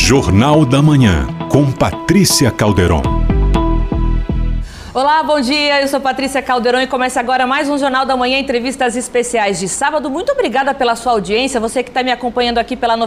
Jornal da Manhã, com Patrícia Calderon. Olá, bom dia, eu sou Patrícia Calderon e começa agora mais um Jornal da Manhã, entrevistas especiais de sábado. Muito obrigada pela sua audiência, você que está me acompanhando aqui pela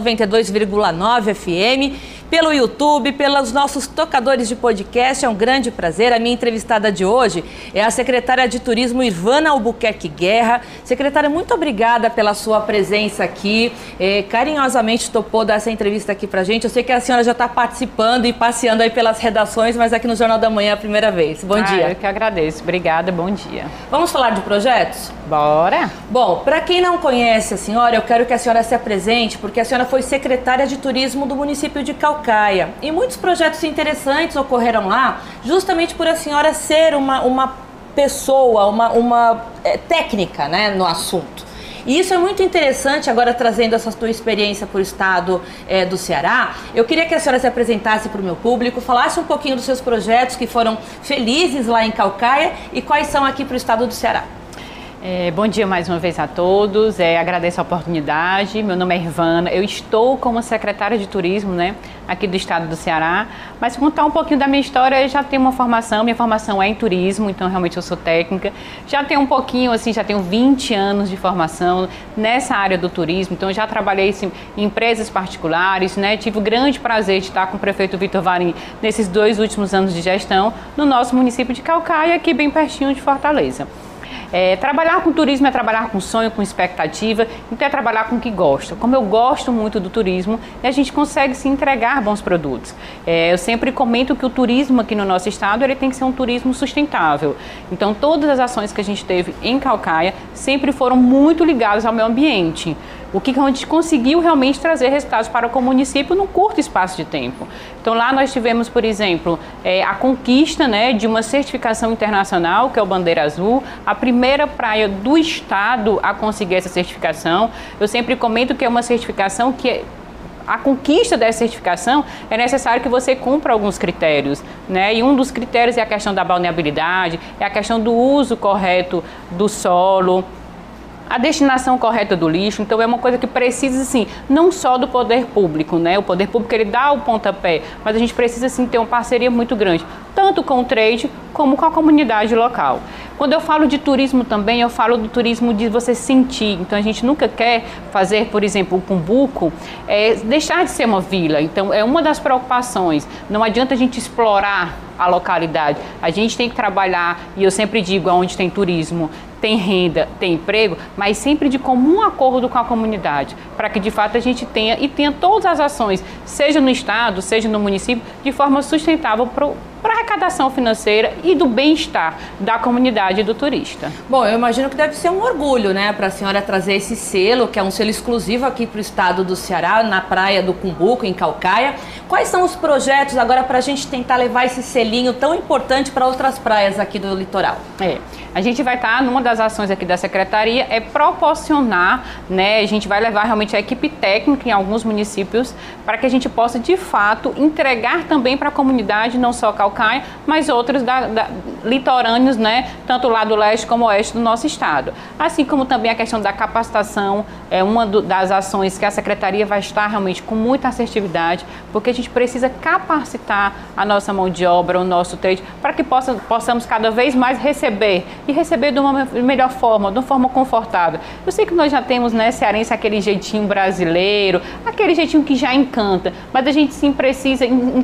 92,9 FM, pelo YouTube, pelos nossos tocadores de podcast, é um grande prazer. A minha entrevistada de hoje é a secretária de Turismo, Ivana Albuquerque Guerra. Secretária, muito obrigada pela sua presença aqui, carinhosamente topou dar essa entrevista aqui pra gente. Eu sei que a senhora já está participando e passeando aí pelas redações, mas aqui no Jornal da Manhã é a primeira vez. Bom dia. Eu que agradeço. Obrigada, bom dia. Vamos falar de projetos? Bora! Bom, para quem não conhece a senhora, eu quero que a senhora se apresente, porque a senhora foi secretária de Turismo do município de Caucaia. E muitos projetos interessantes ocorreram lá, justamente por a senhora ser uma pessoa, uma técnica, né, no assunto. E isso é muito interessante, agora trazendo essa tua experiência para o estado do Ceará. Eu queria que a senhora se apresentasse para o meu público, falasse um pouquinho dos seus projetos que foram felizes lá em Caucaia e quais são aqui para o estado do Ceará. Bom dia mais uma vez a todos, agradeço a oportunidade. Meu nome é Ivana, eu estou como secretária de Turismo, né, aqui do estado do Ceará, mas contar um pouquinho da minha história. Eu já tenho uma formação, minha formação é em turismo, então realmente eu sou técnica, já tenho um pouquinho, assim, já tenho 20 anos de formação nessa área do turismo, então já trabalhei assim, em empresas particulares, né, tive o grande prazer de estar com o prefeito Vitor Varim nesses 2 últimos anos de gestão no nosso município de Caucaia, aqui bem pertinho de Fortaleza. Trabalhar com turismo é trabalhar com sonho, com expectativa, então é trabalhar com o que gosta. Como eu gosto muito do turismo, a gente consegue se entregar bons produtos. Eu sempre comento que o turismo aqui no nosso estado ele tem que ser um turismo sustentável. Então todas as ações que a gente teve em Caucaia sempre foram muito ligadas ao meio ambiente. O que a gente conseguiu realmente trazer resultados para o município num curto espaço de tempo. Então lá nós tivemos, por exemplo, a conquista, né, de uma certificação internacional, que é o Bandeira Azul, a primeira praia do estado a conseguir essa certificação. Eu sempre comento que é uma certificação que a conquista dessa certificação é necessário que você cumpra alguns critérios, né? E um dos critérios é a questão da balneabilidade, é a questão do uso correto do solo, a destinação correta do lixo. Então é uma coisa que precisa, assim, não só do poder público, né? O poder público ele dá o pontapé, mas a gente precisa, assim, ter uma parceria muito grande, tanto com o trade como com a comunidade local. Quando eu falo de turismo também, eu falo do turismo de você sentir. Então a gente nunca quer fazer, por exemplo, o Cumbuco, deixar de ser uma vila. Então é uma das preocupações. Não adianta a gente explorar a localidade. A gente tem que trabalhar, e eu sempre digo, onde tem turismo, tem renda, tem emprego, mas sempre de comum acordo com a comunidade, para que de fato a gente tenha todas as ações, seja no estado, seja no município, de forma sustentável para a arrecadação financeira e do bem-estar da comunidade e do turista. Bom, eu imagino que deve ser um orgulho, né, para a senhora trazer esse selo, que é um selo exclusivo aqui para o estado do Ceará, na praia do Cumbuco, em Caucaia. Quais são os projetos agora para a gente tentar levar esse selinho tão importante para outras praias aqui do litoral? A gente vai estar, numa das ações aqui da Secretaria, proporcionar, né, a gente vai levar realmente a equipe técnica em alguns municípios para que a gente possa, de fato, entregar também para a comunidade, não só Caucaia, mas outros litorâneos, né, tanto lá do leste como oeste do nosso estado. Assim como também a questão da capacitação, é uma das ações que a Secretaria vai estar realmente com muita assertividade, porque a gente precisa capacitar a nossa mão de obra, o nosso trade, para que possamos cada vez mais receber de uma melhor forma, de uma forma confortável. Eu sei que nós já temos, né, cearense, aquele jeitinho brasileiro, aquele jeitinho que já encanta, mas a gente sim precisa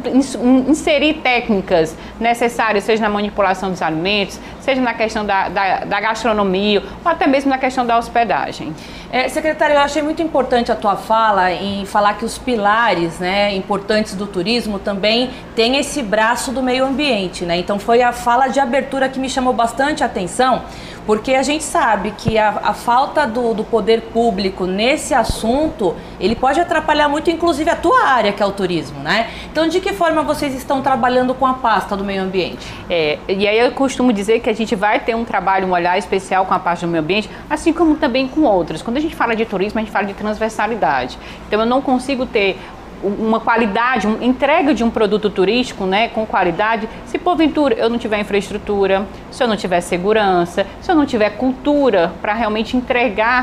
inserir técnicas necessárias, seja na manipulação dos alimentos, seja na questão da gastronomia, ou até mesmo na questão da hospedagem. Secretária, eu achei muito importante a tua fala em falar que os pilares, né, importantes do turismo também têm esse braço do meio ambiente, né? Então foi a fala de abertura que me chamou bastante a atenção, porque a gente sabe que a falta do poder público nesse assunto, ele pode atrapalhar muito, inclusive, a tua área, que é o turismo, né? Então, de que forma vocês estão trabalhando com a pasta do meio ambiente? E aí eu costumo dizer que a gente vai ter um trabalho, um olhar especial com a pasta do meio ambiente, assim como também com outros. Quando a gente fala de turismo, a gente fala de transversalidade. Então, eu não consigo ter uma qualidade, uma entrega de um produto turístico, né, com qualidade, se porventura eu não tiver infraestrutura, se eu não tiver segurança, se eu não tiver cultura para realmente entregar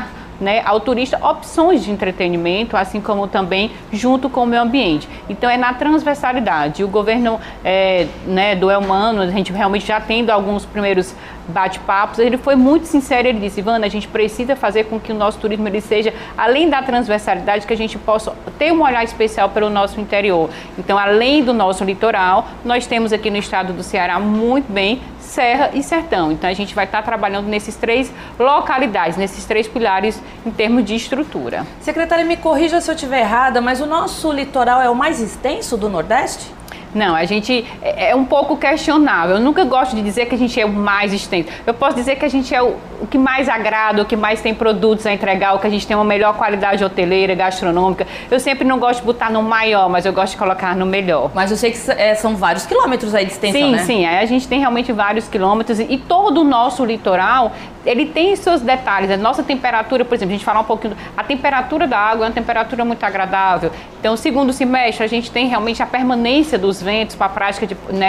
né, ao turista opções de entretenimento, assim como também junto com o meio ambiente. Então é na transversalidade. O governo né, do Elmano, a gente realmente já tendo alguns primeiros bate-papos, ele foi muito sincero, ele disse: Ivana, a gente precisa fazer com que o nosso turismo ele seja, além da transversalidade, que a gente possa ter um olhar especial pelo nosso interior. Então, além do nosso litoral, nós temos aqui no estado do Ceará muito bem serra e sertão. Então a gente vai estar trabalhando nesses 3 localidades, nesses 3 pilares em termos de estrutura. Secretária, me corrija se eu estiver errada, mas o nosso litoral é o mais extenso do Nordeste? Não, a gente é um pouco questionável. Eu nunca gosto de dizer que a gente é o mais extenso. Eu posso dizer que a gente é o que mais agrada, o que mais tem produtos a entregar, o que a gente tem uma melhor qualidade hoteleira, gastronômica. Eu sempre não gosto de botar no maior, mas eu gosto de colocar no melhor. Mas eu sei que são vários quilômetros aí de extensão, sim, né? Sim, a gente tem realmente vários quilômetros e todo o nosso litoral, ele tem seus detalhes. A nossa temperatura, por exemplo, a gente fala um pouquinho, a temperatura da água é uma temperatura muito agradável. Então, segundo semestre, a gente tem realmente a permanência dos ventos para a prática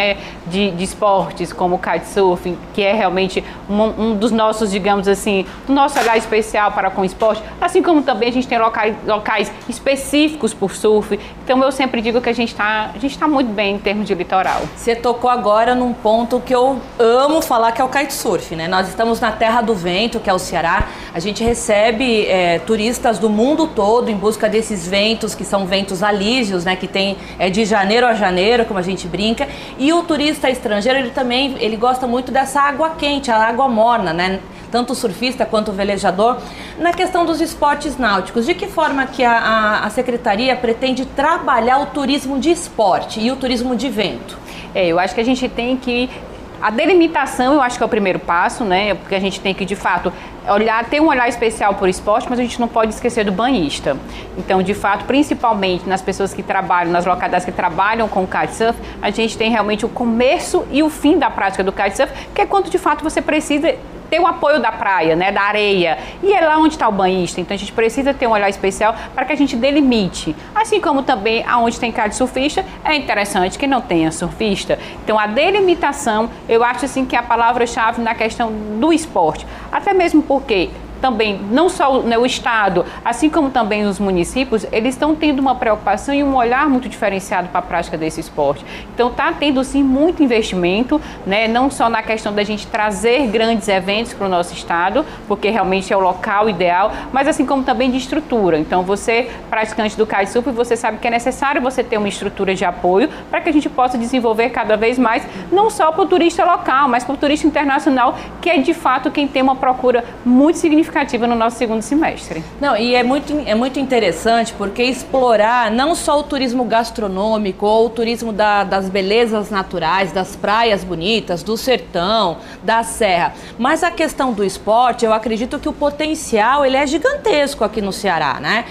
de esportes, como o kitesurfing, que é realmente um dos nossos, digamos assim, do nosso olhar especial para com o esporte, assim como também a gente tem locais específicos por surf. Então, eu sempre digo que a gente tá muito bem em termos de litoral. Você tocou agora num ponto que eu amo falar, que é o kitesurf, né? Nós estamos na terra do vento, que é o Ceará. A gente recebe turistas do mundo todo em busca desses ventos, que são ventos alísios, né? Que tem de janeiro a janeiro, como a gente brinca. E o turista estrangeiro, ele gosta muito dessa água quente, a água morna, né? Tanto o surfista quanto o velejador. Na questão dos esportes náuticos, de que forma que a Secretaria pretende trabalhar o turismo de esporte e o turismo de vento? Eu acho que a gente tem que... A delimitação, eu acho que é o primeiro passo, né? Porque a gente tem que, de fato, ter um olhar especial por esporte, mas a gente não pode esquecer do banhista. Então, de fato, principalmente nas pessoas que trabalham, nas localidades que trabalham com o kitesurf, a gente tem realmente o começo e o fim da prática do kitesurf, que é quando, de fato, você precisa ter o apoio da praia, né, da areia, e é lá onde está o banhista. Então a gente precisa ter um olhar especial para que a gente delimite, assim como também aonde tem kitesurfista, é interessante que não tenha surfista. Então a delimitação, eu acho assim que é a palavra-chave na questão do esporte, até mesmo porque também, não só o Estado, assim como também os municípios, eles estão tendo uma preocupação e um olhar muito diferenciado para a prática desse esporte. Então, está tendo, sim, muito investimento, né? Não só na questão da gente trazer grandes eventos para o nosso Estado, porque realmente é o local ideal, mas assim como também de estrutura. Então, você, praticante do kitesurf, você sabe que é necessário você ter uma estrutura de apoio para que a gente possa desenvolver cada vez mais, não só para o turista local, mas para o turista internacional, que é, de fato, quem tem uma procura muito significativa no nosso segundo semestre. Não, e é muito interessante porque explorar não só o turismo gastronômico ou o turismo das belezas naturais, das praias bonitas, do sertão, da serra, mas a questão do esporte, eu acredito que o potencial ele é gigantesco aqui no Ceará, né?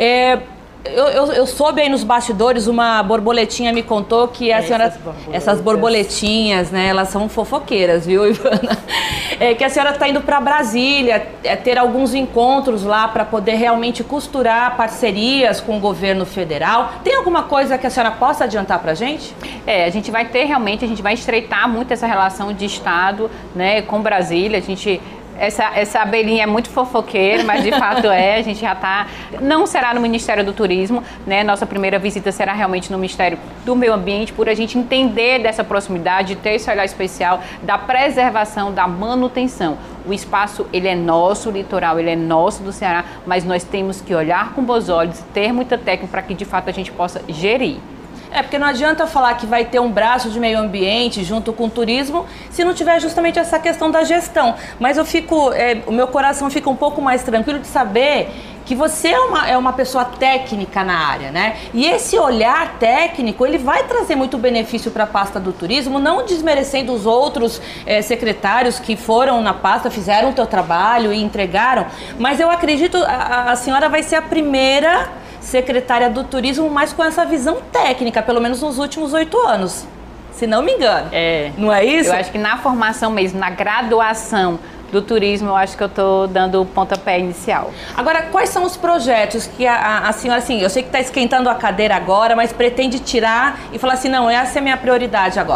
Eu soube aí nos bastidores, uma borboletinha me contou que a senhora... Essas borboletinhas, né, elas são fofoqueiras, viu, Ivana? Que a senhora está indo para Brasília, ter alguns encontros lá para poder realmente costurar parcerias com o governo federal. Tem alguma coisa que a senhora possa adiantar para a gente? A gente vai ter realmente, a gente vai estreitar muito essa relação de Estado, né, com Brasília. A gente... Essa abelhinha é muito fofoqueira, mas de fato a gente já está... Não será no Ministério do Turismo, né? Nossa primeira visita será realmente no Ministério do Meio Ambiente, por a gente entender dessa proximidade, ter esse olhar especial da preservação, da manutenção. O espaço, ele é nosso, o litoral, ele é nosso do Ceará, mas nós temos que olhar com bons olhos, ter muita técnica para que de fato a gente possa gerir. Porque não adianta falar que vai ter um braço de meio ambiente junto com o turismo se não tiver justamente essa questão da gestão. Mas o meu coração fica um pouco mais tranquilo de saber que você é uma pessoa técnica na área, né? E esse olhar técnico, ele vai trazer muito benefício para a pasta do turismo, não desmerecendo os outros secretários que foram na pasta, fizeram o teu trabalho e entregaram, mas eu acredito a senhora vai ser a primeira secretária do turismo, mas com essa visão técnica, pelo menos nos últimos 8 anos, se não me engano. Não é isso? Eu acho que na formação mesmo, na graduação do turismo, eu acho que eu estou dando o pontapé inicial. Agora, quais são os projetos que a senhora, assim, eu sei que está esquentando a cadeira agora, mas pretende tirar e falar assim, não, essa é a minha prioridade agora?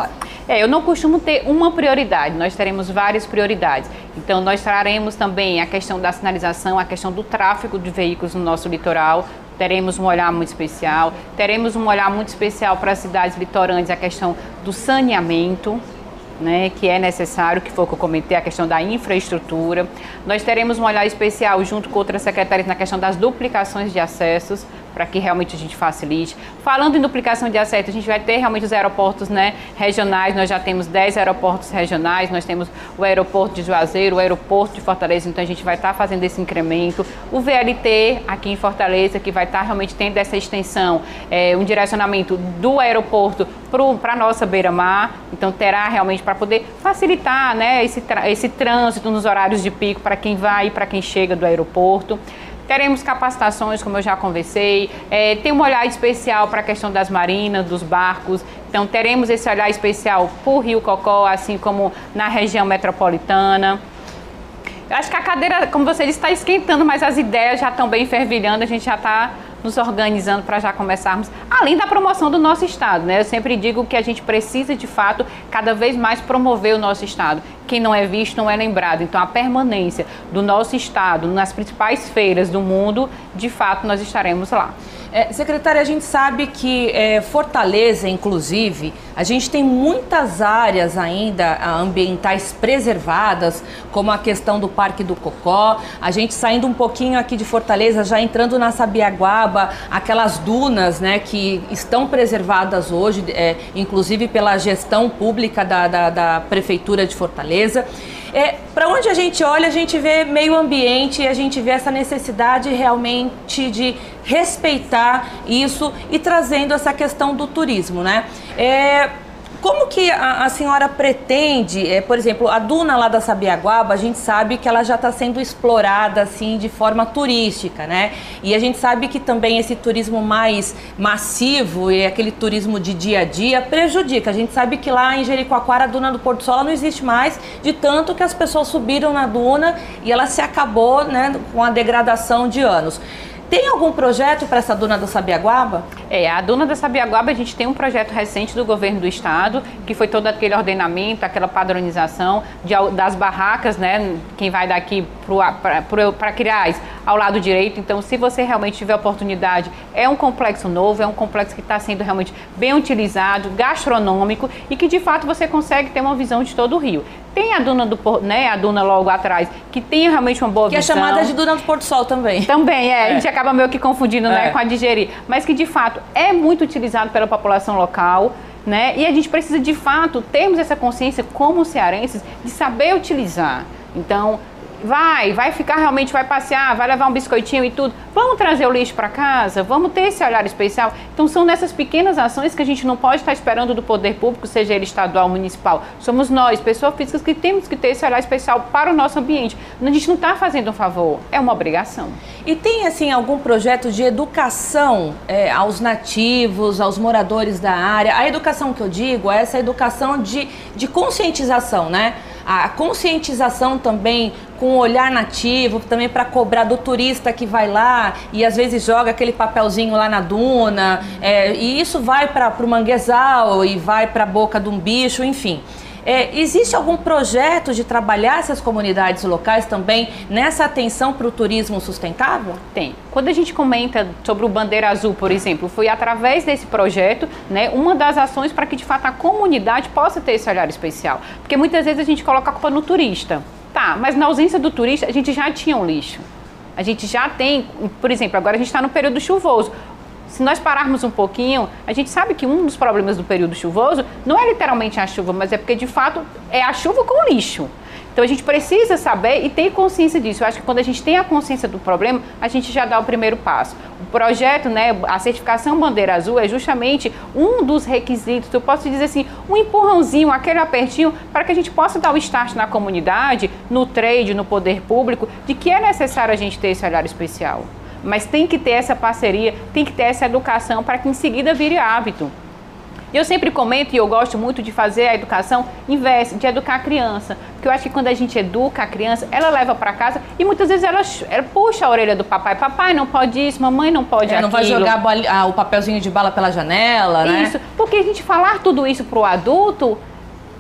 Eu não costumo ter uma prioridade, nós teremos várias prioridades. Então, nós traremos também a questão da sinalização, a questão do tráfego de veículos no nosso litoral. Teremos um olhar muito especial. Teremos um olhar muito especial para as cidades litorâneas, a questão do saneamento, né, que é necessário, que foi o que eu comentei, a questão da infraestrutura. Nós teremos um olhar especial junto com outras secretarias na questão das duplicações de acessos, para que realmente a gente facilite. Falando em duplicação de acesso, a gente vai ter realmente os aeroportos, né, regionais. Nós já temos 10 aeroportos regionais, nós temos o aeroporto de Juazeiro, o aeroporto de Fortaleza, então a gente vai estar fazendo esse incremento. O VLT aqui em Fortaleza, que vai estar realmente tendo essa extensão, um direcionamento do aeroporto para a nossa beira-mar, então terá realmente para poder facilitar, né, esse trânsito nos horários de pico para quem vai e para quem chega do aeroporto. Teremos capacitações, como eu já conversei, tem um olhar especial para a questão das marinas, dos barcos, então teremos esse olhar especial para o Rio Cocó, assim como na região metropolitana. Eu acho que a cadeira, como você disse, está esquentando, mas as ideias já estão bem fervilhando, a gente já está nos organizando para já começarmos, além da promoção do nosso estado, né? Eu sempre digo que a gente precisa, de fato, cada vez mais promover o nosso estado. Quem não é visto não é lembrado. Então, a permanência do nosso estado nas principais feiras do mundo, de fato, nós estaremos lá. Secretária, a gente sabe que Fortaleza, inclusive, a gente tem muitas áreas ainda ambientais preservadas, como a questão do Parque do Cocó. A gente saindo um pouquinho aqui de Fortaleza, já entrando na Sabiaguaba, aquelas dunas, né, que estão preservadas hoje, inclusive pela gestão pública da Prefeitura de Fortaleza. Para onde a gente olha, a gente vê meio ambiente e a gente vê essa necessidade realmente de respeitar isso e trazendo essa questão do turismo, né? Como que a senhora pretende, por exemplo, a duna lá da Sabiaguaba, a gente sabe que ela já está sendo explorada assim de forma turística, né? E a gente sabe que também esse turismo mais massivo e aquele turismo de dia a dia prejudica. A gente sabe que lá em Jericoacoara, a duna do Porto Sol não existe mais, de tanto que as pessoas subiram na duna e ela se acabou, né, com a degradação de anos. Tem algum projeto para essa duna da Sabiaguaba? A duna da Sabiaguaba, a gente tem um projeto recente do governo do estado, que foi todo aquele ordenamento, aquela padronização das barracas, né? Quem vai daqui para Quirais, ao lado direito. Então, se você realmente tiver oportunidade, é um complexo novo, é um complexo que está sendo realmente bem utilizado, gastronômico e que de fato você consegue ter uma visão de todo o Rio. Tem a duna a duna logo atrás, que tem realmente uma boa visão. Que é chamada de duna do Porto Sol também. Também, a gente acaba meio que confundindo, né, com a de Jeri. Mas que de fato é muito utilizado pela população local, né? E a gente precisa de fato termos essa consciência como cearenses de saber utilizar. Então, vai ficar realmente, vai passear, vai levar um biscoitinho e tudo. Vamos trazer o lixo para casa, vamos ter esse olhar especial. Então são nessas pequenas ações que a gente não pode estar esperando do poder público, seja ele estadual ou municipal. Somos nós, pessoas físicas, que temos que ter esse olhar especial para o nosso ambiente. A gente não está fazendo um favor, é uma obrigação. E tem assim algum projeto de educação aos nativos, aos moradores da área? A educação que eu digo é essa educação de conscientização, né? A conscientização também com o olhar nativo, também para cobrar do turista que vai lá e às vezes joga aquele papelzinho lá na duna, e isso vai para o manguezal e vai para a boca de um bicho, enfim. Existe algum projeto de trabalhar essas comunidades locais também nessa atenção para o turismo sustentável? Tem. Quando a gente comenta sobre o Bandeira Azul, por exemplo, foi através desse projeto, né, uma das ações para que de fato a comunidade possa ter esse olhar especial. Porque muitas vezes a gente coloca a culpa no turista. Tá, mas na ausência do turista a gente já tinha um lixo. A gente já tem, por exemplo, agora a gente está no período chuvoso. Se nós pararmos um pouquinho, a gente sabe que um dos problemas do período chuvoso não é literalmente a chuva, mas é porque, de fato, é a chuva com lixo. Então, a gente precisa saber e ter consciência disso. Eu acho que quando a gente tem a consciência do problema, a gente já dá o primeiro passo. O projeto, né, a certificação Bandeira Azul é justamente um dos requisitos, eu posso dizer assim, um empurrãozinho, aquele apertinho, para que a gente possa dar o start na comunidade, no trade, no poder público, de que é necessário a gente ter esse olhar especial. Mas tem que ter essa parceria, tem que ter essa educação para que em seguida vire hábito. Eu sempre comento, e eu gosto muito de fazer a educação inversa, de educar a criança. Porque eu acho que quando a gente educa a criança, ela leva para casa e muitas vezes ela puxa a orelha do papai. Papai não pode isso, mamãe não pode aquilo. Não vai jogar o papelzinho de bala pela janela, né? Isso, porque a gente falar tudo isso para o adulto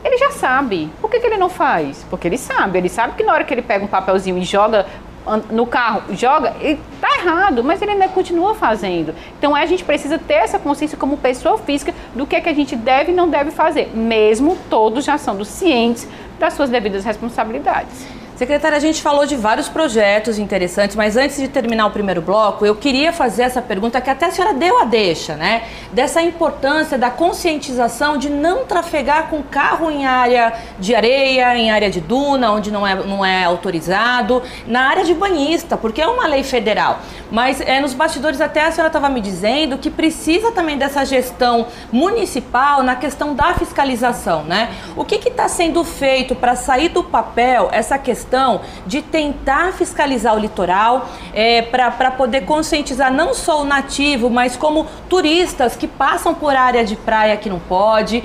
ele já sabe. Por que ele não faz? Porque ele sabe que na hora que ele pega um papelzinho e joga no carro, e tá errado, mas ele ainda continua fazendo. Então a gente precisa ter essa consciência como pessoa física do que a gente deve e não deve fazer, mesmo todos já sendo cientes das suas devidas responsabilidades. Secretária, a gente falou de vários projetos interessantes, mas antes de terminar o primeiro bloco, eu queria fazer essa pergunta que até a senhora deu a deixa, né? Dessa importância da conscientização de não trafegar com carro em área de areia, em área de duna, onde não é autorizado, na área de banhista, porque é uma lei federal. Mas nos bastidores até a senhora estava me dizendo que precisa também dessa gestão municipal na questão da fiscalização, né? O que está sendo feito para sair do papel essa questão de tentar fiscalizar o litoral, para poder conscientizar não só o nativo, mas como turistas que passam por área de praia que não pode,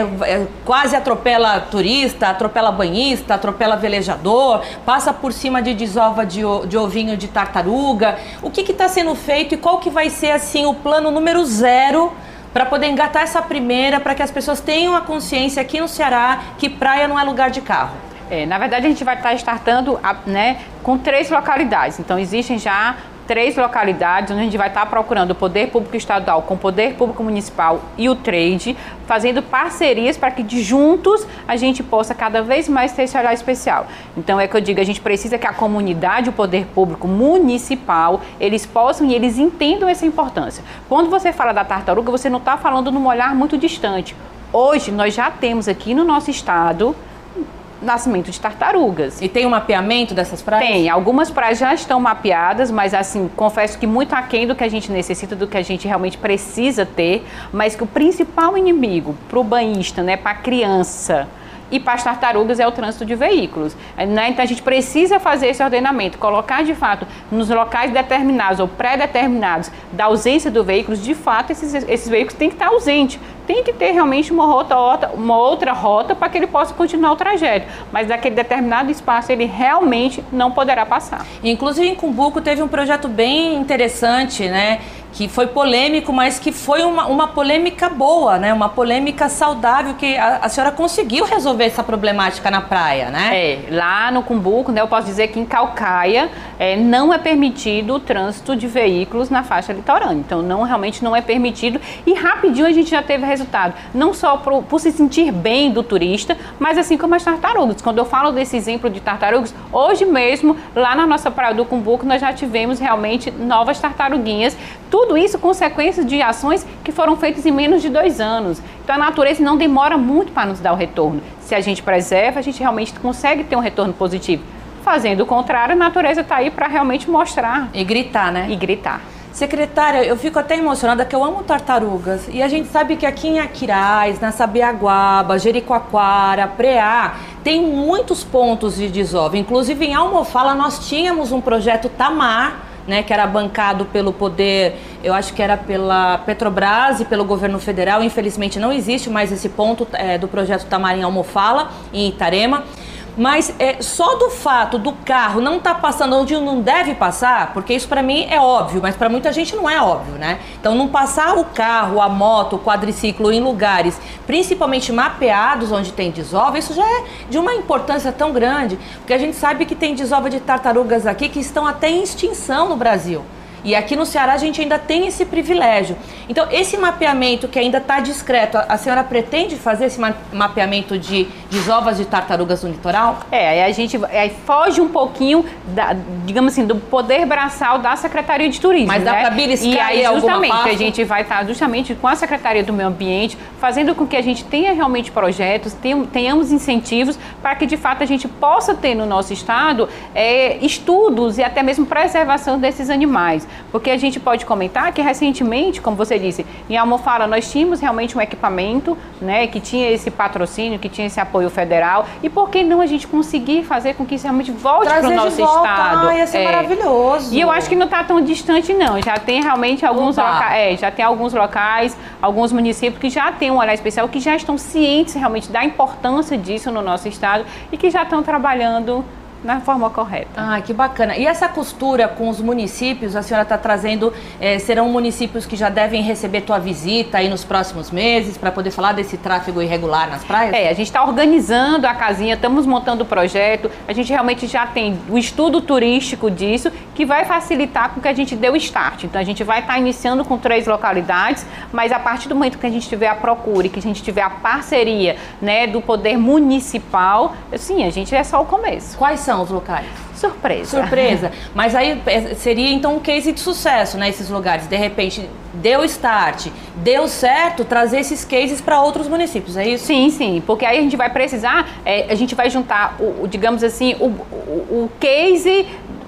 quase atropela turista, atropela banhista, atropela velejador, passa por cima de desova de ovinho de tartaruga. O que está sendo feito e qual que vai ser assim o plano número 0 para poder engatar essa primeira, para que as pessoas tenham a consciência aqui no Ceará que praia não é lugar de carro? Na verdade, a gente vai estar startando com 3 localidades. Então, existem já 3 localidades onde a gente vai estar procurando o Poder Público Estadual com o Poder Público Municipal e o trade, fazendo parcerias para que juntos a gente possa cada vez mais ter esse olhar especial. Então é que eu digo, a gente precisa que a comunidade, o Poder Público Municipal, eles possam e eles entendam essa importância. Quando você fala da tartaruga, você não está falando num olhar muito distante. Hoje, nós já temos aqui no nosso estado nascimento de tartarugas. E tem um mapeamento dessas praias? Tem, algumas praias já estão mapeadas, mas assim, confesso que muito aquém do que a gente necessita, do que a gente realmente precisa ter, mas que o principal inimigo para o banhista, né, para a criança e para as tartarugas é o trânsito de veículos, né? Então a gente precisa fazer esse ordenamento, colocar de fato nos locais determinados ou pré-determinados da ausência do veículo, de fato esses veículos têm que estar ausentes. Tem que ter realmente uma outra rota para que ele possa continuar o trajeto, mas daquele determinado espaço ele realmente não poderá passar. Inclusive em Cumbuco teve um projeto bem interessante, né? Que foi polêmico, mas que foi uma polêmica boa, né? Uma polêmica saudável, que a senhora conseguiu resolver essa problemática na praia, né? Lá no Cumbuco, né, eu posso dizer que em Caucaia não é permitido o trânsito de veículos na faixa litorânea. Então realmente não é permitido e rapidinho a gente já teve resultado. Não só por se sentir bem do turista, mas assim como as tartarugas. Quando eu falo desse exemplo de tartarugas, hoje mesmo, lá na nossa praia do Cumbuco, nós já tivemos realmente novas tartaruguinhas. Tudo isso consequências de ações que foram feitas em menos de 2 anos. Então a natureza não demora muito para nos dar o retorno. Se a gente preserva, a gente realmente consegue ter um retorno positivo. Fazendo o contrário, a natureza está aí para realmente mostrar. E gritar, né? E gritar. Secretária, eu fico até emocionada que eu amo tartarugas. E a gente sabe que aqui em Aquiraz, na Sabiaguaba, Jericoacoara, Preá, tem muitos pontos de desova. Inclusive em Almofala nós tínhamos um projeto Tamar, né, que era bancado pelo poder, eu acho que era pela Petrobras e pelo governo federal. Infelizmente não existe mais esse ponto do projeto Tamar em Almofala, em Itarema. Mas só do fato do carro não estar passando onde não deve passar, porque isso para mim é óbvio, mas para muita gente não é óbvio, né? Então não passar o carro, a moto, o quadriciclo em lugares principalmente mapeados onde tem desova, isso já é de uma importância tão grande, porque a gente sabe que tem desova de tartarugas aqui que estão até em extinção no Brasil. E aqui no Ceará a gente ainda tem esse privilégio. Então, esse mapeamento que ainda está discreto, a senhora pretende fazer esse mapeamento de desovas de tartarugas no litoral? A gente foge um pouquinho, digamos assim, do poder braçal da Secretaria de Turismo. Mas dá para beliscar e aí justamente alguma a gente vai estar justamente com a Secretaria do Meio Ambiente, fazendo com que a gente tenha realmente projetos, tenhamos incentivos para que de fato a gente possa ter no nosso estado estudos e até mesmo preservação desses animais. Porque a gente pode comentar que recentemente, como você disse, em Almofala nós tínhamos realmente um equipamento, né, que tinha esse patrocínio, que tinha esse apoio federal. E por que não a gente conseguir fazer com que isso realmente volte para o nosso estado? Ia ser maravilhoso. E eu acho que não está tão distante não. Já tem realmente alguns locais, já tem alguns locais, alguns municípios que já têm um olhar especial, que já estão cientes realmente da importância disso no nosso estado e que já estão trabalhando na forma correta. Ah, que bacana. E essa costura com os municípios, a senhora está trazendo, serão municípios que já devem receber tua visita aí nos próximos meses para poder falar desse tráfego irregular nas praias? A gente está organizando a casinha, estamos montando o projeto, a gente realmente já tem o estudo turístico disso, que vai facilitar com que a gente dê o start. Então a gente vai estar iniciando com 3 localidades, mas a partir do momento que a gente tiver a procura e que a gente tiver a parceria, né, do poder municipal, sim, a gente é só o começo. Quais são os locais? Surpresa. Mas aí seria então um case de sucesso, né? Esses lugares. De repente, deu start, deu certo, trazer esses cases para outros municípios, é isso? Sim. Porque aí a gente vai precisar, a gente vai juntar, digamos assim, o case,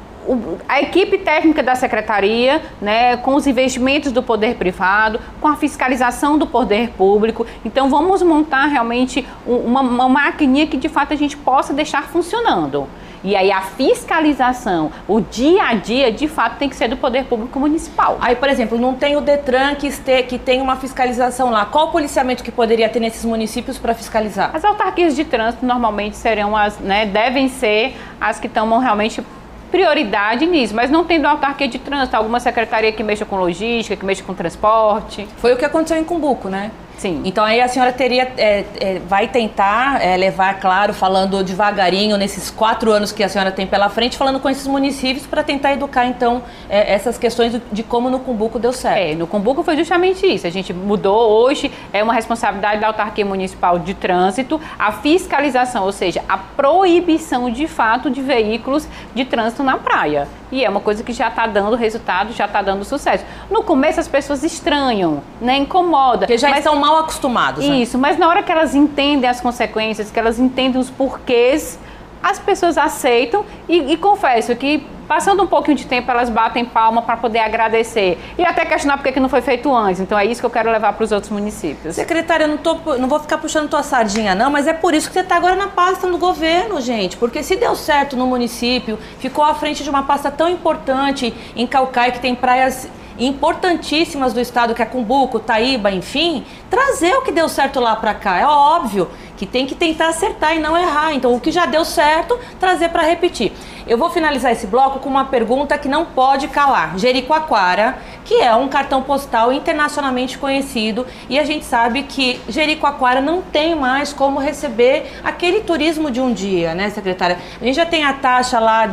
a equipe técnica da secretaria, né, com os investimentos do poder privado, com a fiscalização do poder público. Então vamos montar realmente uma maquininha que de fato a gente possa deixar funcionando. E aí a fiscalização, o dia a dia, de fato, tem que ser do poder público municipal. Aí, por exemplo, não tem o Detran que tem uma fiscalização lá. Qual o policiamento que poderia ter nesses municípios para fiscalizar? As autarquias de trânsito normalmente serão as, né, devem ser as que tomam realmente prioridade nisso, mas não tendo autarquia de trânsito, alguma secretaria que mexa com logística, que mexa com transporte. Foi o que aconteceu em Cumbuco, né? Sim. Então aí a senhora teria, vai tentar levar, claro, falando devagarinho nesses 4 anos que a senhora tem pela frente, falando com esses municípios para tentar educar então essas questões de como no Cumbuco deu certo. No Cumbuco foi justamente isso, a gente mudou hoje, é uma responsabilidade da autarquia municipal de trânsito, a fiscalização, ou seja, a proibição de fato de veículos de trânsito na praia. E é uma coisa que já está dando resultado, já está dando sucesso. No começo as pessoas estranham, né, incomoda. Porque já estão mal acostumados. Isso, né? Mas na hora que elas entendem as consequências, que elas entendem os porquês, as pessoas aceitam e confesso que passando um pouquinho de tempo elas batem palma para poder agradecer e até questionar por que não foi feito antes. Então é isso que eu quero levar para os outros municípios. Secretária, eu não vou ficar puxando tua sardinha não, mas é por isso que você está agora na pasta do governo, gente. Porque se deu certo no município, ficou à frente de uma pasta tão importante em Caucaia, que tem praias importantíssimas do estado, que é Cumbuco, Taíba, enfim, trazer o que deu certo lá para cá. É óbvio que tem que tentar acertar e não errar. Então, o que já deu certo, trazer para repetir. Eu vou finalizar esse bloco com uma pergunta que não pode calar. Jericoacoara, que é um cartão postal internacionalmente conhecido, e a gente sabe que Jericoacoara não tem mais como receber aquele turismo de um dia, né, secretária? A gente já tem a taxa lá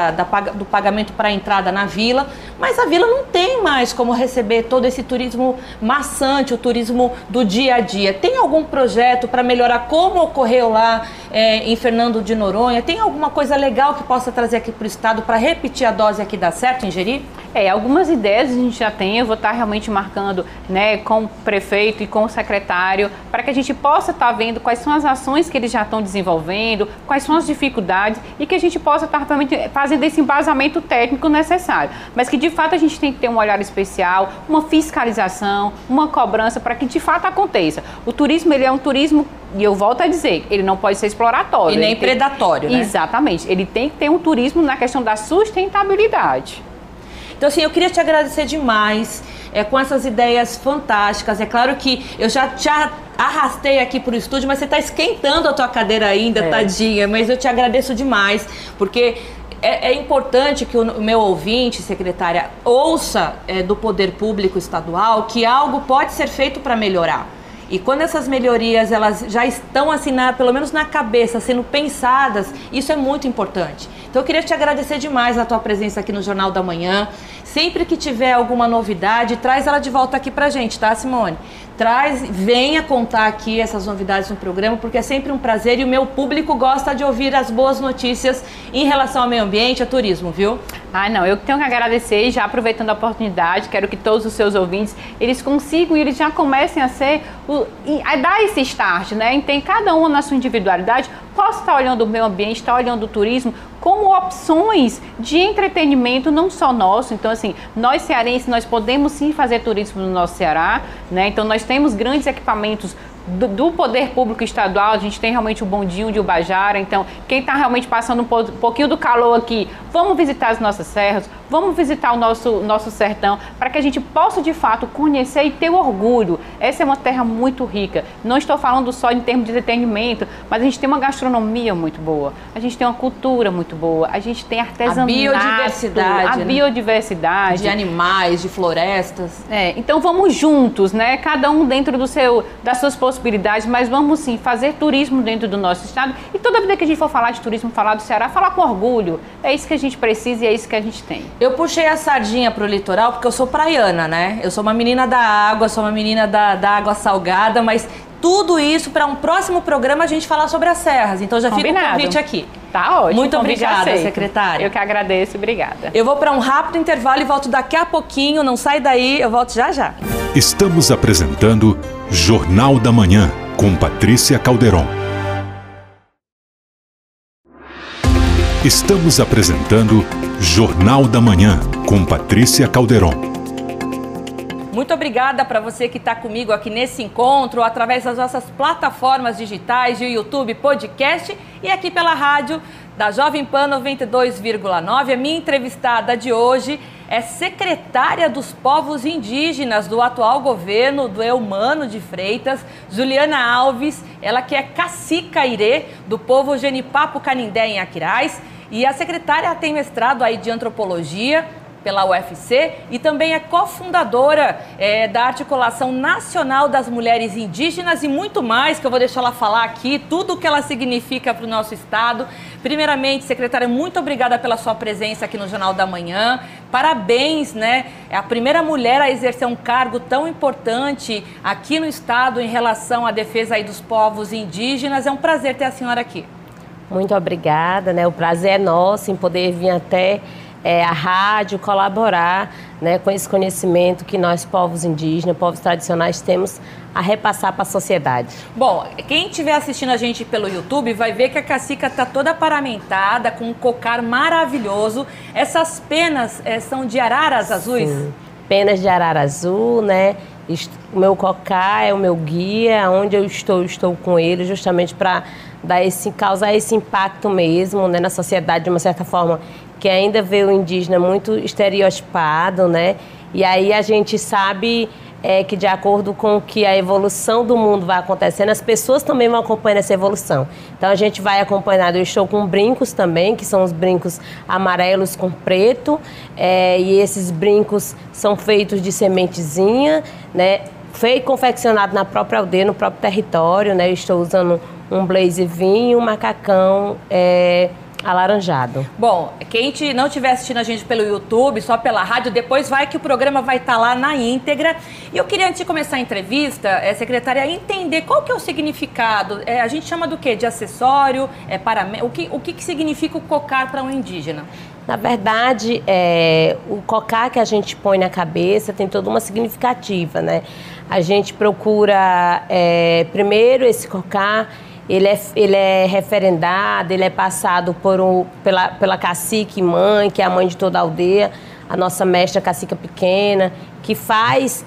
do pagamento para a entrada na vila, mas a vila não tem mais como receber todo esse turismo maçante, o turismo do dia a dia. Tem algum projeto para melhorar como ocorreu lá em Fernando de Noronha? Tem alguma coisa legal que possa trazer aqui para o estado para repetir a dose aqui dar certo em Jeri? Algumas ideias a gente já tem, eu vou estar realmente marcando, né, com o prefeito e com o secretário, para que a gente possa estar vendo quais são as ações que eles já estão desenvolvendo, quais são as dificuldades e que a gente possa estar realmente fazendo esse embasamento técnico necessário. Mas que de fato a gente tem que ter um olhar especial, uma fiscalização, uma cobrança para que de fato aconteça. O turismo, ele é um turismo, e eu volto a dizer, ele não pode ser exploratório. E nem predatório, né? Exatamente. Ele tem que ter um turismo na questão da sustentabilidade. Então, assim, eu queria te agradecer demais com essas ideias fantásticas. É claro que eu já te arrastei aqui para o estúdio, mas você está esquentando a tua cadeira ainda, tadinha. Mas eu te agradeço demais, porque é importante que o meu ouvinte, secretária, ouça do poder público estadual que algo pode ser feito para melhorar. E quando essas melhorias elas já estão assim, pelo menos na cabeça, sendo pensadas, isso é muito importante. Então eu queria te agradecer demais a tua presença aqui no Jornal da Manhã. Sempre que tiver alguma novidade, traz ela de volta aqui pra gente, tá, Simone? Venha contar aqui essas novidades no programa, porque é sempre um prazer e o meu público gosta de ouvir as boas notícias em relação ao meio ambiente e ao turismo, viu? Não, eu tenho que agradecer e já aproveitando a oportunidade, quero que todos os seus ouvintes, eles consigam e eles já comecem a dar esse start, né? Tem cada um na sua individualidade, possa estar olhando o meio ambiente, estar olhando o turismo como opções de entretenimento, não só nosso. Então, assim, nós cearenses, nós podemos sim fazer turismo no nosso Ceará, né? Então, nós temos grandes equipamentos do poder público estadual, a gente tem realmente o bondinho de Ubajara, então quem está realmente passando um pouquinho do calor aqui, vamos visitar as nossas serras, vamos visitar o nosso sertão, para que a gente possa de fato conhecer e ter orgulho. Essa é uma terra muito rica, não estou falando só em termos de entretenimento, mas a gente tem uma gastronomia muito boa, a gente tem uma cultura muito boa, a gente tem artesanato, a biodiversidade de animais, de florestas. Então vamos juntos, né? Cada um dentro das suas possibilidades, mas vamos sim fazer turismo dentro do nosso estado. E toda vida que a gente for falar de turismo, falar do Ceará, falar com orgulho. É isso que a gente precisa e é isso que a gente tem. Eu puxei a sardinha pro litoral porque eu sou praiana, né? Eu sou uma menina da água, sou uma menina da água salgada, mas tudo isso para um próximo programa a gente falar sobre as serras. Então já fica o convite aqui. Tá ótimo. Muito obrigada, secretária. Eu que agradeço, obrigada. Eu vou para um rápido intervalo e volto daqui a pouquinho. Não sai daí, eu volto já já. Estamos apresentando Jornal da Manhã, com Patrícia Calderon. Estamos apresentando Jornal da Manhã, com Patrícia Calderon. Muito obrigada para você que está comigo aqui nesse encontro, através das nossas plataformas digitais de YouTube, podcast e aqui pela rádio da Jovem Pan 92,9. A minha entrevistada de hoje é secretária dos povos indígenas do atual governo do Eumano de Freitas, Juliana Alves, ela que é cacica Irê do povo Genipapo Canindé em Aquiraz, e a secretária tem mestrado aí de antropologia pela UFC e também é cofundadora da Articulação Nacional das Mulheres Indígenas e muito mais, que eu vou deixar ela falar aqui, tudo o que ela significa para o nosso estado. Primeiramente, secretária, muito obrigada pela sua presença aqui no Jornal da Manhã. Parabéns, né? É a primeira mulher a exercer um cargo tão importante aqui no estado em relação à defesa aí dos povos indígenas. É um prazer ter a senhora aqui. Muito obrigada, né? O prazer é nosso em poder vir até a rádio colaborar, né, com esse conhecimento que nós, povos indígenas, povos tradicionais, temos a repassar para a sociedade. Bom, quem estiver assistindo a gente pelo YouTube vai ver que a cacica está toda paramentada, com um cocar maravilhoso. Essas penas são de araras azuis? Sim, penas de arara azul, né? O meu cocar é o meu guia, onde eu estou com ele, justamente para causar esse impacto mesmo, né, na sociedade, de uma certa forma, que ainda vê o indígena muito estereotipado, né? E aí a gente sabe que de acordo com que a evolução do mundo vai acontecendo, as pessoas também vão acompanhando essa evolução. Então a gente vai acompanhando, eu estou com brincos também, que são os brincos amarelos com preto, e esses brincos são feitos de sementezinha, né? Feito, confeccionado na própria aldeia, no próprio território, né? Eu estou usando um blazer vinho, um macacão alaranjado. Bom, quem não estiver assistindo a gente pelo YouTube, só pela rádio, depois vai que o programa vai estar lá na íntegra. E eu queria, antes de começar a entrevista, secretária, entender qual que é o significado. A gente chama do quê? De acessório? O que significa o cocar para um indígena? Na verdade, o cocar que a gente põe na cabeça tem toda uma significativa, né? A gente procura, primeiro, esse cocar. Ele é referendado, ele é passado pela cacique mãe, que é a mãe de toda a aldeia, a nossa mestra cacica pequena, que faz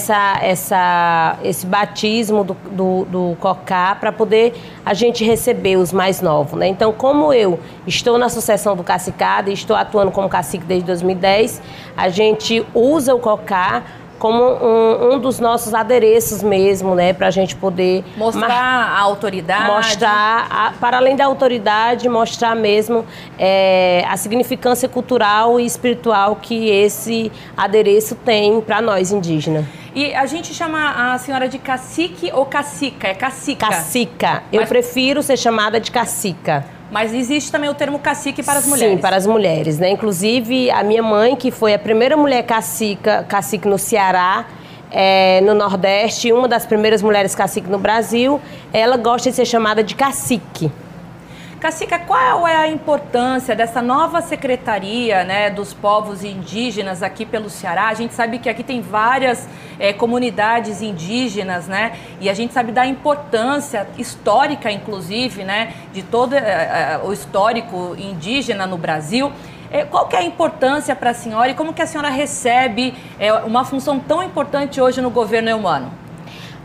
esse batismo do cocá para poder a gente receber os mais novos, né? Então, como eu estou na sucessão do cacicado e estou atuando como cacique desde 2010, a gente usa o cocá como um dos nossos adereços mesmo, né? Para a gente poder mostrar a autoridade. Mostrar, para além da autoridade, mostrar mesmo a significância cultural e espiritual que esse adereço tem para nós indígenas. E a gente chama a senhora de cacique ou cacica? É cacica? Cacica. Eu prefiro ser chamada de cacica. Mas existe também o termo cacique para as mulheres. Sim, para as mulheres, né? Inclusive, a minha mãe, que foi a primeira mulher cacique no Ceará, no Nordeste, uma das primeiras mulheres cacique no Brasil, ela gosta de ser chamada de cacique. Cacica, qual é a importância dessa nova secretaria, né, dos povos indígenas aqui pelo Ceará? A gente sabe que aqui tem várias comunidades indígenas, né? E a gente sabe da importância histórica, inclusive, né, de todo o histórico indígena no Brasil. Qual que é a importância para a senhora e como que a senhora recebe uma função tão importante hoje no governo Eumano?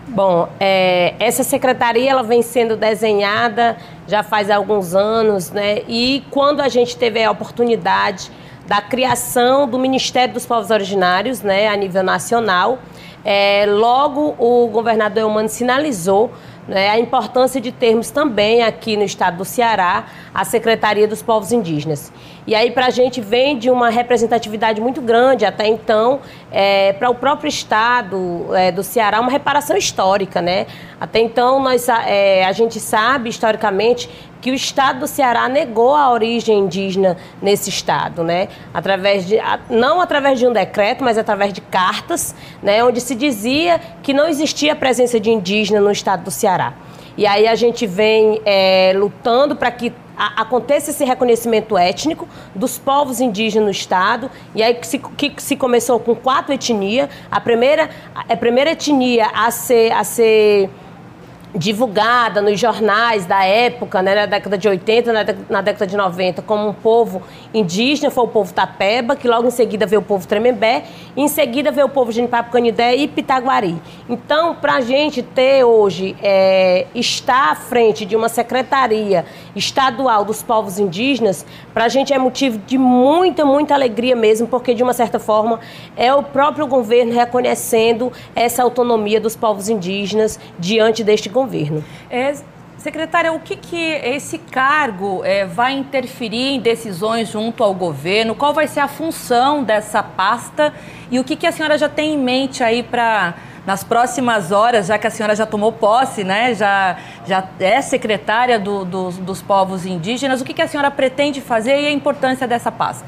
Bom, essa secretaria ela vem sendo desenhada já faz alguns anos, né? E quando a gente teve a oportunidade da criação do Ministério dos Povos Originários, né, a nível nacional, logo o governador Eumano sinalizou, né, a importância de termos também aqui no estado do Ceará a Secretaria dos Povos Indígenas. E aí para a gente vem de uma representatividade muito grande até então, para o próprio estado do Ceará, uma reparação histórica, né? Até então a gente sabe historicamente que o estado do Ceará negou a origem indígena nesse estado, né? Não através de um decreto, mas através de cartas, né? Onde se dizia que não existia a presença de indígena no estado do Ceará. E aí a gente vem lutando para que aconteça esse reconhecimento étnico dos povos indígenas no estado, e aí que se começou com 4 etnias. A primeira etnia a ser divulgada nos jornais da época, né, na década de 80, na década de 90, como um povo indígena, foi o povo Tapeba, que logo em seguida veio o povo Tremembé, e em seguida veio o povo Genipapo-Canindé e Pitaguari. Então, para a gente ter hoje, estar à frente de uma secretaria estadual dos povos indígenas, para a gente é motivo de muita, muita alegria mesmo, porque de uma certa forma é o próprio governo reconhecendo essa autonomia dos povos indígenas diante deste governo. Secretária, o que esse cargo vai interferir em decisões junto ao governo? Qual vai ser a função dessa pasta? E o que a senhora já tem em mente aí para nas próximas horas, já que a senhora já tomou posse, né? Já é secretária dos povos indígenas, o que a senhora pretende fazer e a importância dessa pasta?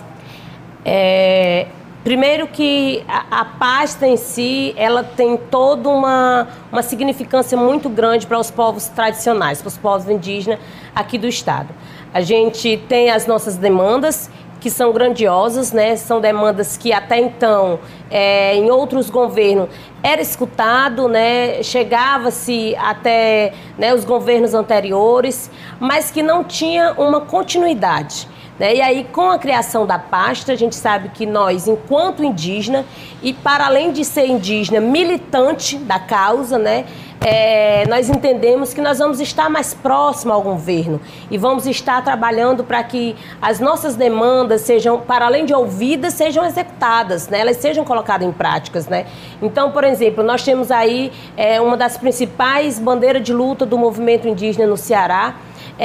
Primeiro que a pasta em si, ela tem toda uma significância muito grande para os povos tradicionais, para os povos indígenas aqui do estado. A gente tem as nossas demandas, que são grandiosas, né? São demandas que até então, em outros governos, era escutado, né? Chegava-se até, né, os governos anteriores, mas que não tinha uma continuidade. E aí, com a criação da pasta, a gente sabe que nós, enquanto indígena, e para além de ser indígena, militante da causa, né, nós entendemos que nós vamos estar mais próximo ao governo e vamos estar trabalhando para que as nossas demandas sejam, para além de ouvidas, sejam executadas, né, elas sejam colocadas em práticas, né. Então, por exemplo, nós temos aí uma das principais bandeiras de luta do movimento indígena no Ceará,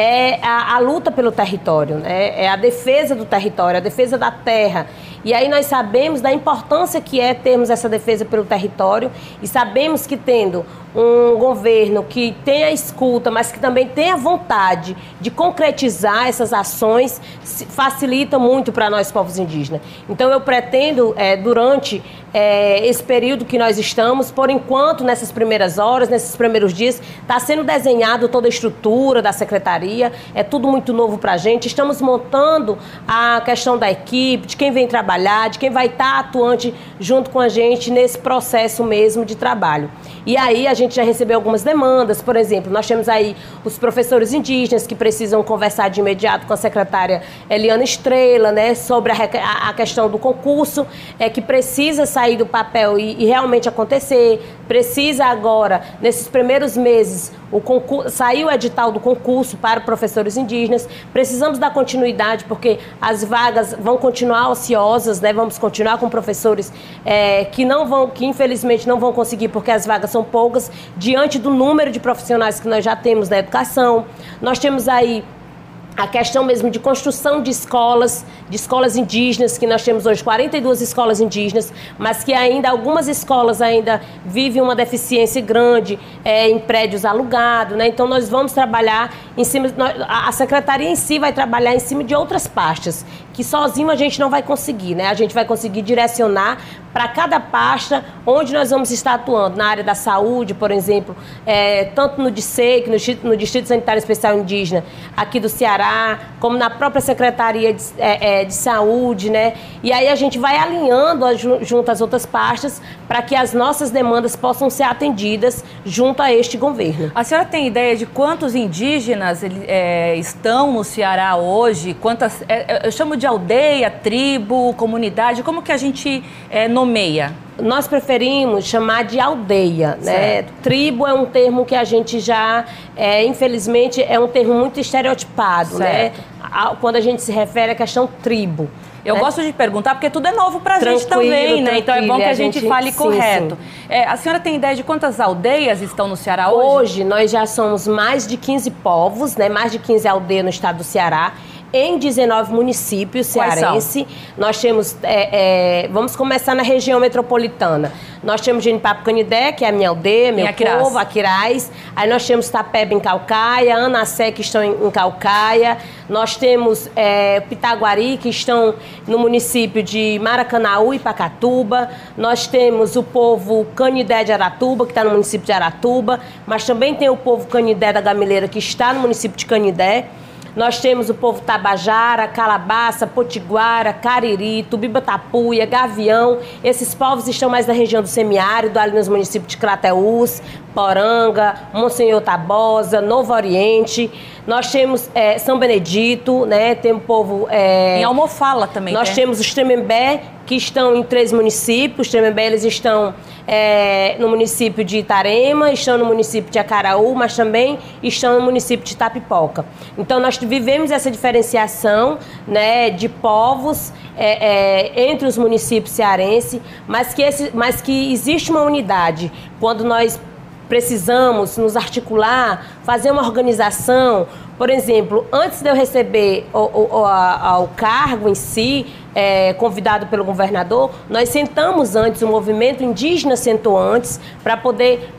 a luta pelo território, né? É a defesa do território, a defesa da terra. E aí nós sabemos da importância que é termos essa defesa pelo território e sabemos que tendo um governo que tem a escuta, mas que também tem a vontade de concretizar essas ações, facilita muito para nós, povos indígenas. Então eu pretendo, durante esse período que nós estamos, por enquanto, nessas primeiras horas, nesses primeiros dias, está sendo desenhado toda a estrutura da secretaria, é tudo muito novo para a gente. Estamos montando a questão da equipe, de quem vem trabalhar, de quem vai estar atuante junto com a gente nesse processo mesmo de trabalho. E aí a gente já recebeu algumas demandas, por exemplo, nós temos aí os professores indígenas que precisam conversar de imediato com a secretária Eliana Estrela, né, sobre a questão do concurso, que precisa sair do papel e realmente acontecer. Precisa agora, nesses primeiros meses, saiu o edital do concurso para professores indígenas. Precisamos dar continuidade porque as vagas vão continuar ociosas, né? Vamos continuar com professores que infelizmente não vão conseguir porque as vagas são poucas diante do número de profissionais que nós já temos na educação. Nós temos aí a questão mesmo de construção de escolas indígenas, que nós temos hoje 42 escolas indígenas, mas que ainda algumas escolas ainda vivem uma deficiência grande em prédios alugados, né? Então nós vamos trabalhar em cima, a secretaria em si vai trabalhar em cima de outras pastas, que sozinho a gente não vai conseguir, né? A gente vai conseguir direcionar para cada pasta onde nós vamos estar atuando, na área da saúde, por exemplo, tanto no DICEIC, no Distrito Sanitário Especial Indígena, aqui do Ceará, como na própria Secretaria de Saúde, né? E aí a gente vai alinhando junto às outras pastas para que as nossas demandas possam ser atendidas junto a este governo. A senhora tem ideia de quantos indígenas estão no Ceará hoje? Quantas, eu chamo de aldeia, tribo, comunidade, como que a gente nomeia? Nós preferimos chamar de aldeia, né? Tribo é um termo que a gente já, infelizmente, é um termo muito estereotipado, né? Quando a gente se refere à questão tribo. Eu gosto de perguntar porque tudo é novo pra gente também, né? Então é bom que a gente fale correto. Sim. A senhora tem ideia de quantas aldeias estão no Ceará hoje? Hoje nós já somos mais de 15 povos, né? Mais de 15 aldeias no estado do Ceará. Em 19 municípios cearenses, nós temos, vamos começar na região metropolitana. Nós temos Genipapo Canidé, que é a minha aldeia, meu povo, Aquiraz. Aí nós temos Tapeba em Caucaia, Anacé, que estão em Caucaia. Nós temos Pitaguari, que estão no município de Maracanaú e Pacatuba. Nós temos o povo Canidé de Aratuba, que está no município de Aratuba. Mas também tem o povo Canidé da Gamileira, que está no município de Canidé. Nós temos o povo Tabajara, Calabaça, Potiguara, Cariri, Tubiba-Tapuia, Gavião. Esses povos estão mais na região do semiárido, ali nos municípios de Crateús, Poranga, Monsenhor Tabosa, Novo Oriente. Nós temos São Benedito, né? Tem o povo... Em Almofala também. Nós temos os Tremembé, que estão em 3 municípios. Os Tremembé, eles estão no município de Itarema, estão no município de Acaraú, mas também estão no município de Itapipoca. Então, nós vivemos essa diferenciação, né, de povos entre os municípios cearenses, mas que existe uma unidade. Quando nós precisamos nos articular, fazer uma organização. Por exemplo, antes de eu receber o cargo em si, convidado pelo governador, nós sentamos antes, o movimento indígena sentou antes, para poder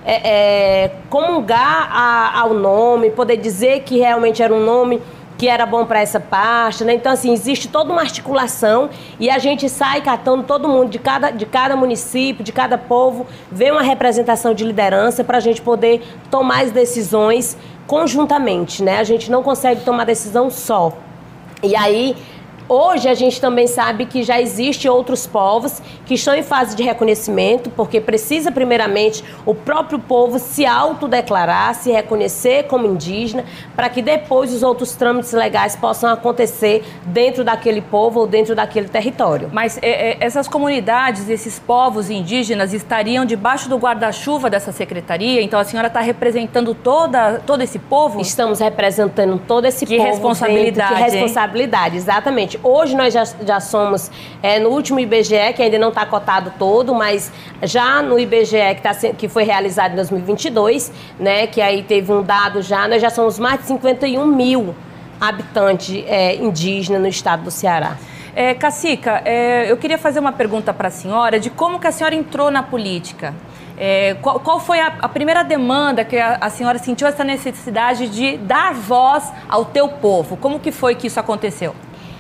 comungar ao nome, poder dizer que realmente era um nome que era bom para essa parte, né? Então, assim, existe toda uma articulação e a gente sai catando todo mundo de cada município, de cada povo, vê uma representação de liderança para a gente poder tomar as decisões conjuntamente, né? A gente não consegue tomar decisão só. E aí, hoje a gente também sabe que já existem outros povos que estão em fase de reconhecimento, porque precisa primeiramente o próprio povo se autodeclarar, se reconhecer como indígena, para que depois os outros trâmites legais possam acontecer dentro daquele povo ou dentro daquele território. Mas essas comunidades, esses povos indígenas estariam debaixo do guarda-chuva dessa secretaria? Então a senhora está representando todo esse povo? Estamos representando todo esse povo. Que responsabilidade, que responsabilidade, exatamente. Hoje nós já somos, no último IBGE, que ainda não está cotado todo, mas já no IBGE que foi realizado em 2022, né, que aí teve um dado já, nós já somos mais de 51 mil habitantes indígenas no estado do Ceará. Cacica, eu queria fazer uma pergunta para a senhora de como que a senhora entrou na política. Qual foi a primeira demanda que a senhora sentiu essa necessidade de dar voz ao teu povo? Como que foi que isso aconteceu?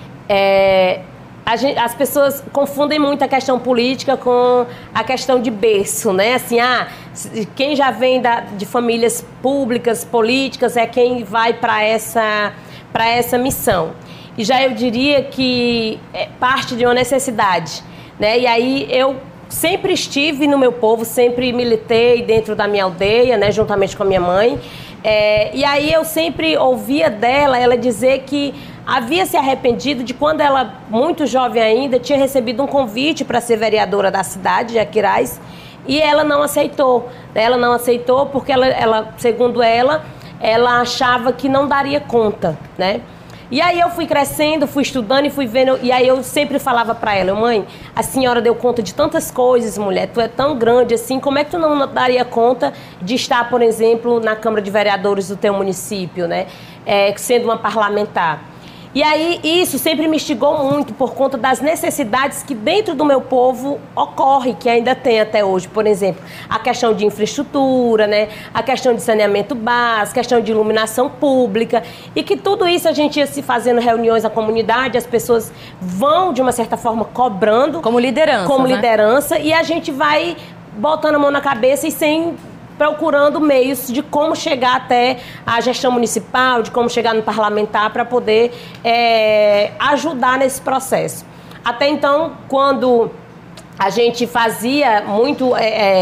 As pessoas confundem muito a questão política com a questão de berço, né? Assim, quem já vem de famílias públicas, políticas, é quem vai para essa missão. E já eu diria que é parte de uma necessidade, né? E aí eu sempre estive no meu povo, sempre militei dentro da minha aldeia, né? Juntamente com a minha mãe. E aí eu sempre ouvia dela, ela dizer que havia se arrependido de quando ela, muito jovem ainda, tinha recebido um convite para ser vereadora da cidade de Aquiraz e ela não aceitou. Ela não aceitou porque ela, segundo ela achava que não daria conta, né? E aí eu fui crescendo, fui estudando e fui vendo, e aí eu sempre falava para ela: mãe, a senhora deu conta de tantas coisas, mulher, tu é tão grande assim, como é que tu não daria conta de estar, por exemplo, na Câmara de Vereadores do teu município, né? Sendo uma parlamentar. E aí isso sempre me instigou muito por conta das necessidades que dentro do meu povo ocorre, que ainda tem até hoje. Por exemplo, a questão de infraestrutura, né? A questão de saneamento básico, a questão de iluminação pública, e que tudo isso a gente ia se fazendo reuniões na comunidade, as pessoas vão, de uma certa forma, cobrando. Como liderança, Como né? liderança, e a gente vai botando a mão na cabeça e procurando meios de como chegar até a gestão municipal, de como chegar no parlamentar para poder ajudar nesse processo. Até então, quando a gente fazia muito,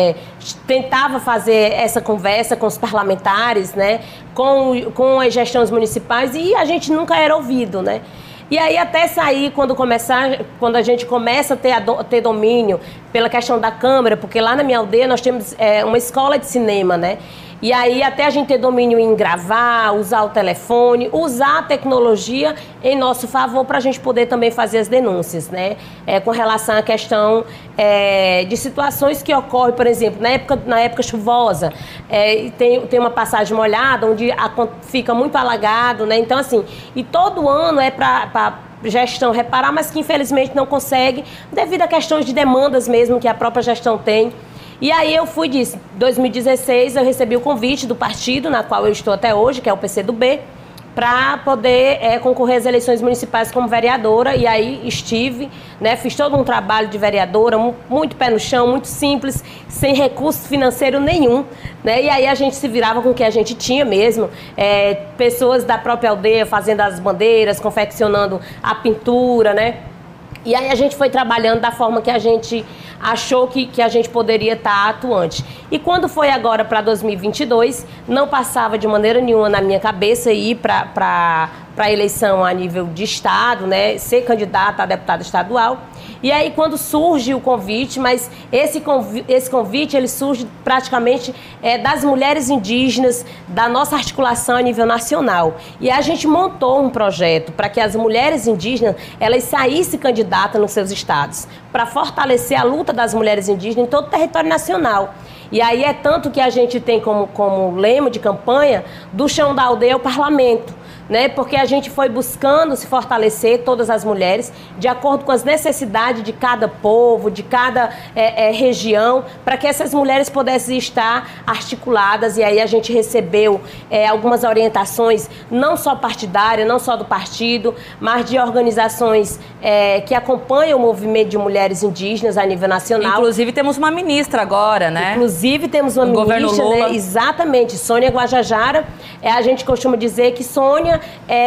tentava fazer essa conversa com os parlamentares, né, com as gestões municipais, e a gente nunca era ouvido, né? E aí até sair, quando a gente começa a ter domínio pela questão da Câmara, porque lá na minha aldeia nós temos uma escola de cinema, né? E aí até a gente ter domínio em gravar, usar o telefone, usar a tecnologia em nosso favor para a gente poder também fazer as denúncias, né? Com relação à questão de situações que ocorrem, por exemplo, na época chuvosa, tem uma passagem molhada onde fica muito alagado, né? Então assim, e todo ano é para gestão reparar, mas que infelizmente não consegue, devido a questões de demandas mesmo que a própria gestão tem. E aí eu fui disso. Em 2016 eu recebi o convite do partido, na qual eu estou até hoje, que é o PCdoB, para poder concorrer às eleições municipais como vereadora. E aí estive, né, fiz todo um trabalho de vereadora, muito pé no chão, muito simples, sem recurso financeiro nenhum, né? E aí a gente se virava com o que a gente tinha mesmo, pessoas da própria aldeia fazendo as bandeiras, confeccionando a pintura, né? E aí a gente foi trabalhando da forma que a gente achou que a gente poderia estar atuante. E quando foi agora para 2022, não passava de maneira nenhuma na minha cabeça ir para a eleição a nível de estado, né, ser candidata a deputada estadual. E aí quando surge o convite, mas esse convite ele surge praticamente das mulheres indígenas, da nossa articulação a nível nacional. E a gente montou um projeto para que as mulheres indígenas elas saíssem candidatas nos seus estados, para fortalecer a luta das mulheres indígenas em todo o território nacional. E aí é tanto que a gente tem como lema de campanha do chão da aldeia ao parlamento, né? Porque a gente foi buscando se fortalecer, todas as mulheres, de acordo com as necessidades de cada povo, de cada região, para que essas mulheres pudessem estar articuladas. E aí a gente recebeu algumas orientações, não só partidárias, não só do partido, mas de organizações que acompanham o movimento de mulheres indígenas a nível nacional. Inclusive temos uma ministra agora, né? Inclusive temos uma ministra, né? Exatamente, Sônia Guajajara. A gente costuma dizer que Sônia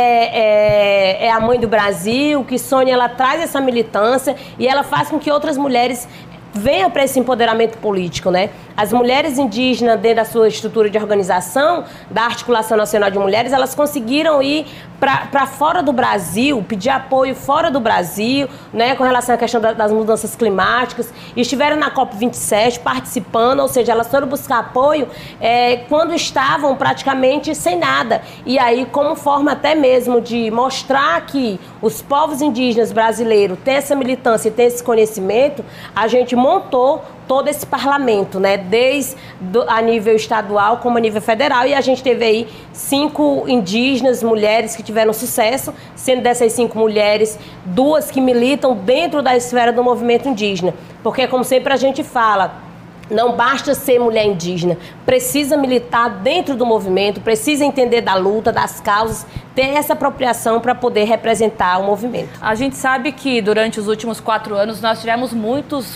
é a mãe do Brasil, que Sônia ela traz essa militância e ela faz com que outras mulheres venham para esse empoderamento político, né? As mulheres indígenas, dentro da sua estrutura de organização, da Articulação Nacional de Mulheres, elas conseguiram ir para fora do Brasil, pedir apoio fora do Brasil, né, com relação à questão das mudanças climáticas, e estiveram na COP27 participando, ou seja, elas foram buscar apoio quando estavam praticamente sem nada. E aí, como forma até mesmo de mostrar que os povos indígenas brasileiros têm essa militância e têm esse conhecimento, a gente montou todo esse parlamento, né, desde a nível estadual como a nível federal, e a gente teve aí 5 indígenas, mulheres que tiveram sucesso, sendo dessas 5 mulheres, 2 que militam dentro da esfera do movimento indígena, porque como sempre a gente fala, não basta ser mulher indígena, precisa militar dentro do movimento, precisa entender da luta, das causas, ter essa apropriação para poder representar o movimento. A gente sabe que durante os últimos 4 anos nós tivemos muitas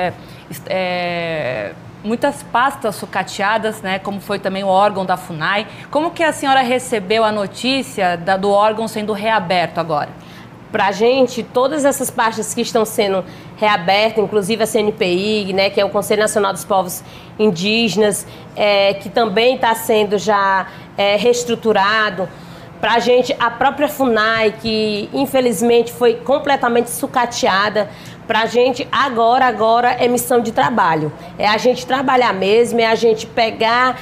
pastas sucateadas, né, como foi também o órgão da FUNAI. Como que a senhora recebeu a notícia do órgão sendo reaberto agora? Para a gente, todas essas pastas que estão sendo reabertas, inclusive a CNPI, né, que é o Conselho Nacional dos Povos Indígenas, que também está sendo já reestruturado. Para a gente, a própria FUNAI, que infelizmente foi completamente sucateada, para a gente agora é missão de trabalho. É a gente trabalhar mesmo, é a gente pegar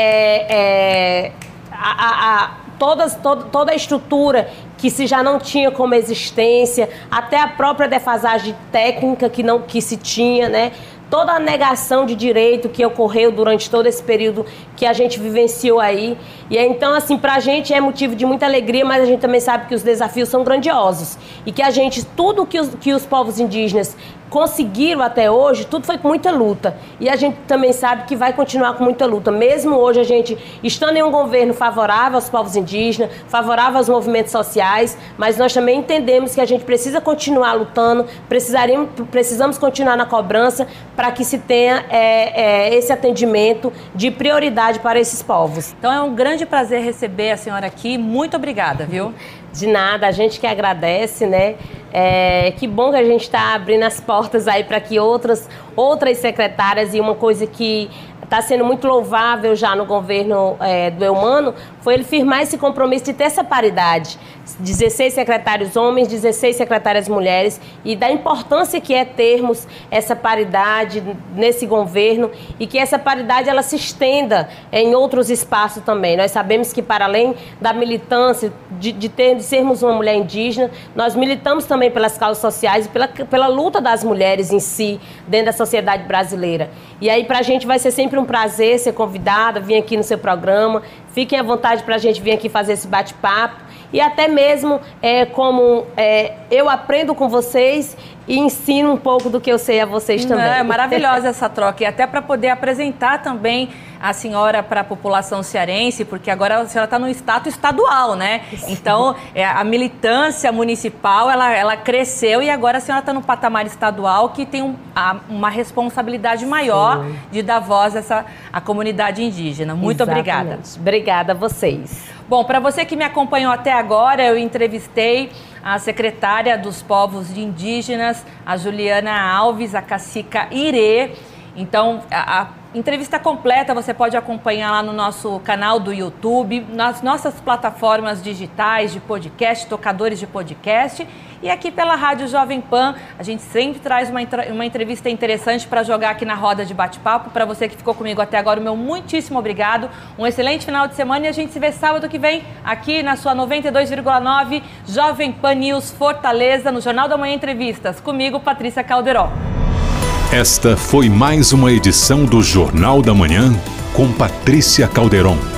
toda a estrutura que se já não tinha como existência, até a própria defasagem técnica que se tinha, né? Toda a negação de direito que ocorreu durante todo esse período que a gente vivenciou aí. E então, assim, pra gente é motivo de muita alegria, mas a gente também sabe que os desafios são grandiosos. E que a gente, tudo que os povos indígenas conseguiram até hoje, tudo foi com muita luta. E a gente também sabe que vai continuar com muita luta. Mesmo hoje a gente estando em um governo favorável aos povos indígenas, favorável aos movimentos sociais, mas nós também entendemos que a gente precisa continuar lutando, precisamos continuar na cobrança para que se tenha esse atendimento de prioridade para esses povos. Então é um grande prazer receber a senhora aqui. Muito obrigada, viu? De nada, a gente que agradece, né? Que bom que a gente está abrindo as portas aí para que outras secretárias, e uma coisa que está sendo muito louvável já no governo do Eumano, foi ele firmar esse compromisso de ter essa paridade. 16 secretários homens, 16 secretárias mulheres, e da importância que é termos essa paridade nesse governo e que essa paridade ela se estenda em outros espaços também. Nós sabemos que, para além da militância, de sermos uma mulher indígena, nós militamos também pelas causas sociais e pela luta das mulheres em si, dentro da sociedade brasileira. E aí, para a gente vai ser sempre um prazer ser convidada, vir aqui no seu programa. Fiquem à vontade para a gente vir aqui fazer esse bate-papo. E até mesmo como eu aprendo com vocês e ensino um pouco do que eu sei a vocês também. É maravilhosa essa troca. E até para poder apresentar também a senhora para a população cearense, porque agora a senhora está no status estadual, né? Então, a militância municipal, ela cresceu e agora a senhora está no patamar estadual, que tem uma responsabilidade maior de dar voz à comunidade indígena. Muito obrigada. Obrigada a vocês. Bom, para você que me acompanhou até agora, eu entrevistei a secretária dos povos indígenas, a Juliana Alves, a cacica Irê. Então, a entrevista completa você pode acompanhar lá no nosso canal do YouTube, nas nossas plataformas digitais de podcast, tocadores de podcast, e aqui pela Rádio Jovem Pan. A gente sempre traz uma entrevista interessante para jogar aqui na roda de bate-papo. Para você que ficou comigo até agora, o meu muitíssimo obrigado. Um excelente final de semana e a gente se vê sábado que vem aqui na sua 92,9 Jovem Pan News Fortaleza, no Jornal da Manhã Entrevistas. Comigo, Patrícia Calderon. Esta foi mais uma edição do Jornal da Manhã com Patrícia Calderon.